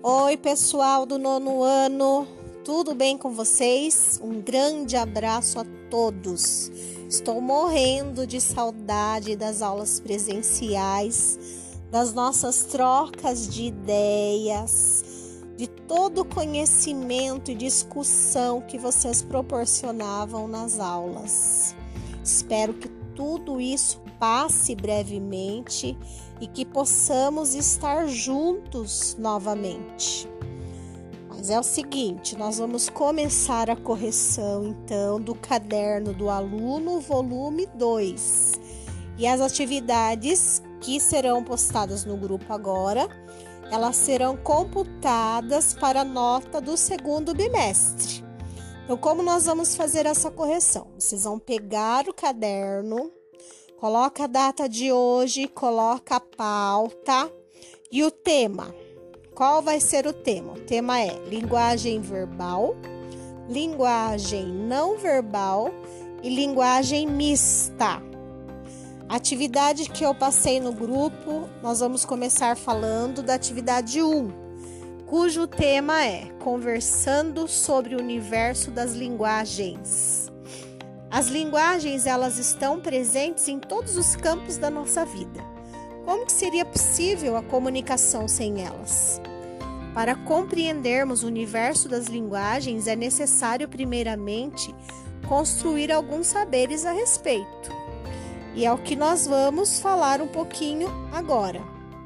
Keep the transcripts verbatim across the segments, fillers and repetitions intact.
Oi, pessoal do nono ano, tudo bem com vocês? Um grande abraço a todos. Estou morrendo de saudade das aulas presenciais, das nossas trocas de ideias, de todo o conhecimento e discussão que vocês proporcionavam nas aulas. Espero que tudo isso passe brevemente e que possamos estar juntos novamente. Mas é o seguinte, nós vamos começar a correção então do caderno do aluno, volume dois. E as atividades que serão postadas no grupo agora, elas serão computadas para a nota do segundo bimestre. Então, como nós vamos fazer essa correção? Vocês vão pegar o caderno, coloca a data de hoje, coloca a pauta e o tema. Qual vai ser o tema? O tema é linguagem verbal, linguagem não verbal e linguagem mista. A atividade que eu passei no grupo, nós vamos começar falando da atividade um, cujo tema é conversando sobre o universo das linguagens. As linguagens, elas estão presentes em todos os campos da nossa vida. Como que seria possível a comunicação sem elas? Para compreendermos o universo das linguagens, é necessário, primeiramente, construir alguns saberes a respeito. E é o que nós vamos falar um pouquinho agora.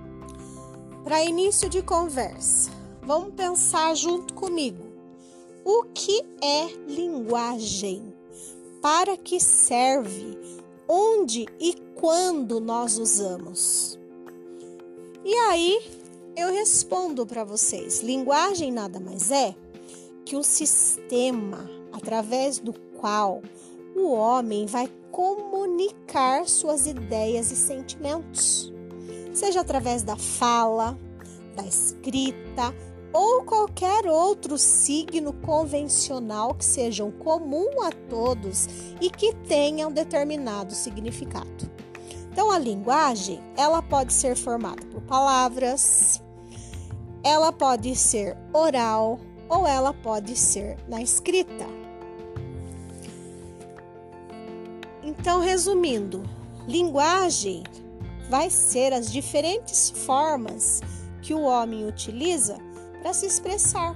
Para início de conversa, vamos pensar junto comigo. O que é linguagem? Para que serve? Onde e quando nós usamos? E aí, eu respondo para vocês. Linguagem nada mais é que um sistema através do qual o homem vai comunicar suas ideias e sentimentos, seja através da fala, da escrita ou qualquer outro signo convencional que sejam comum a todos e que tenham determinado significado. Então, a linguagem, ela pode ser formada por palavras, ela pode ser oral ou ela pode ser na escrita. Então, resumindo, linguagem vai ser as diferentes formas que o homem utiliza para se expressar.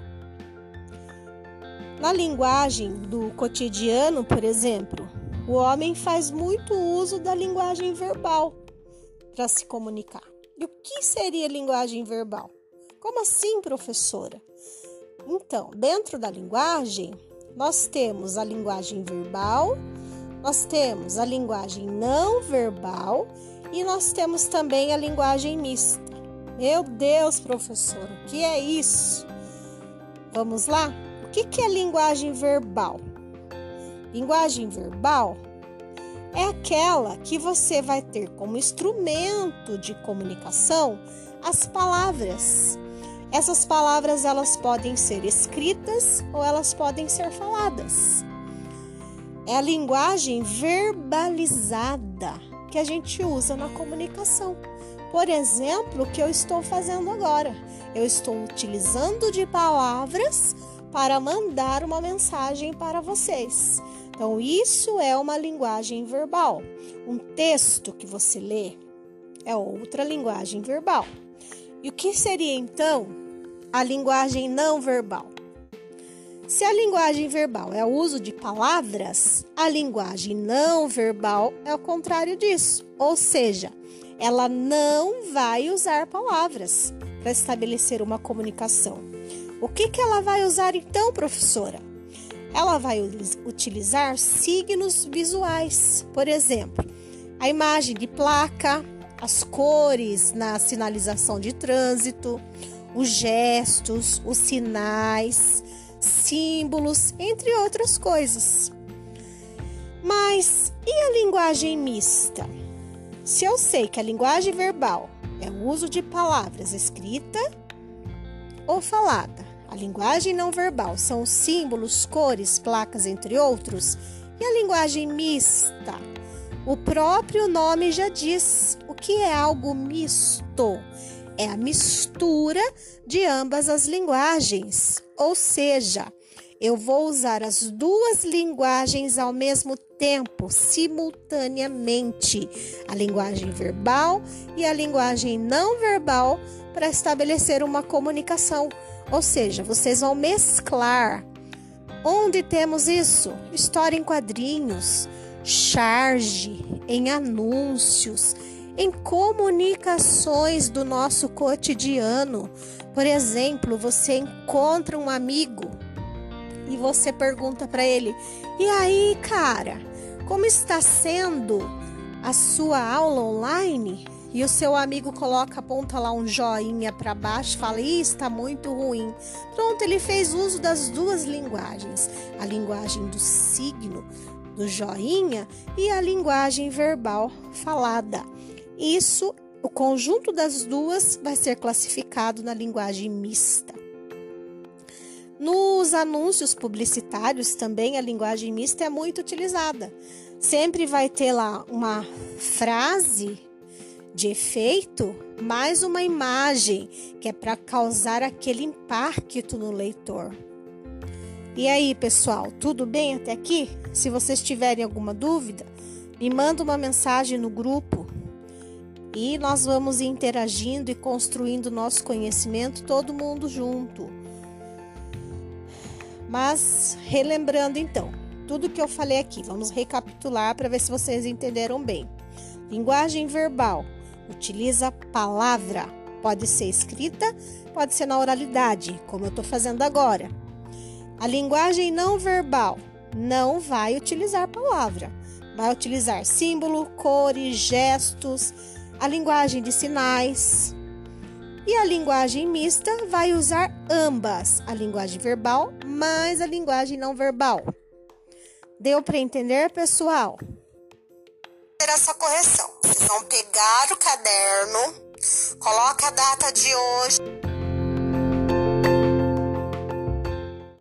Na linguagem do cotidiano, por exemplo, o homem faz muito uso da linguagem verbal para se comunicar. E o que seria linguagem verbal? Como assim, professora? Então, dentro da linguagem, nós temos a linguagem verbal, nós temos a linguagem não verbal e nós temos também a linguagem mista. Meu Deus, professor, o que é isso? Vamos lá? O que que é linguagem verbal? Linguagem verbal é aquela que você vai ter como instrumento de comunicação as palavras. Essas palavras, elas podem ser escritas ou elas podem ser faladas. É a linguagem verbalizada que a gente usa na comunicação. Por exemplo, o que eu estou fazendo agora? Eu estou utilizando de palavras para mandar uma mensagem para vocês. Então, isso é uma linguagem verbal. Um texto que você lê é outra linguagem verbal. E o que seria, então, a linguagem não verbal? Se a linguagem verbal é o uso de palavras, a linguagem não verbal é o contrário disso. Ou seja, ela não vai usar palavras para estabelecer uma comunicação. O que que ela vai usar então, professora? Ela vai utilizar signos visuais. Por exemplo, a imagem de placa, as cores na sinalização de trânsito, os gestos, os sinais, símbolos, entre outras coisas. Mas e a linguagem mista? Se eu sei que a linguagem verbal é o uso de palavras escrita ou falada, a linguagem não verbal são os símbolos, cores, placas, entre outros, e a linguagem mista? O próprio nome já diz o que é algo misto. é a mistura de ambas as linguagens, ou seja, eu vou usar as duas linguagens ao mesmo tempo, simultaneamente, a linguagem verbal e a linguagem não verbal, para estabelecer uma comunicação, ou seja, vocês vão mesclar. Onde temos isso? História em quadrinhos, charge, em anúncios, em comunicações do nosso cotidiano. Por exemplo, você encontra um amigo e você pergunta para ele: e aí, cara, como está sendo a sua aula online? E o seu amigo coloca, aponta lá um joinha para baixo, fala: ih, está muito ruim. Pronto, ele fez uso das duas linguagens, a linguagem do signo, do joinha, e a linguagem verbal falada. Isso, o conjunto das duas vai ser classificado na linguagem mista. Nos anúncios publicitários também a linguagem mista é muito utilizada. Sempre vai ter lá uma frase de efeito, mais uma imagem, que é para causar aquele impacto no leitor. E aí, pessoal, tudo bem até aqui? Se vocês tiverem alguma dúvida, me manda uma mensagem no grupo e nós vamos interagindo e construindo nosso conhecimento, todo mundo junto. Mas, relembrando então, tudo que eu falei aqui, vamos recapitular para ver se vocês entenderam bem. Linguagem verbal utiliza palavra, pode ser escrita, pode ser na oralidade, como eu estou fazendo agora. A linguagem não verbal não vai utilizar palavra, vai utilizar símbolo, cores, gestos, a linguagem de sinais. E a linguagem mista vai usar ambas, a linguagem verbal mais a linguagem não verbal. Deu para entender, pessoal? Essa correção. Vocês vão pegar o caderno, coloca a data de hoje.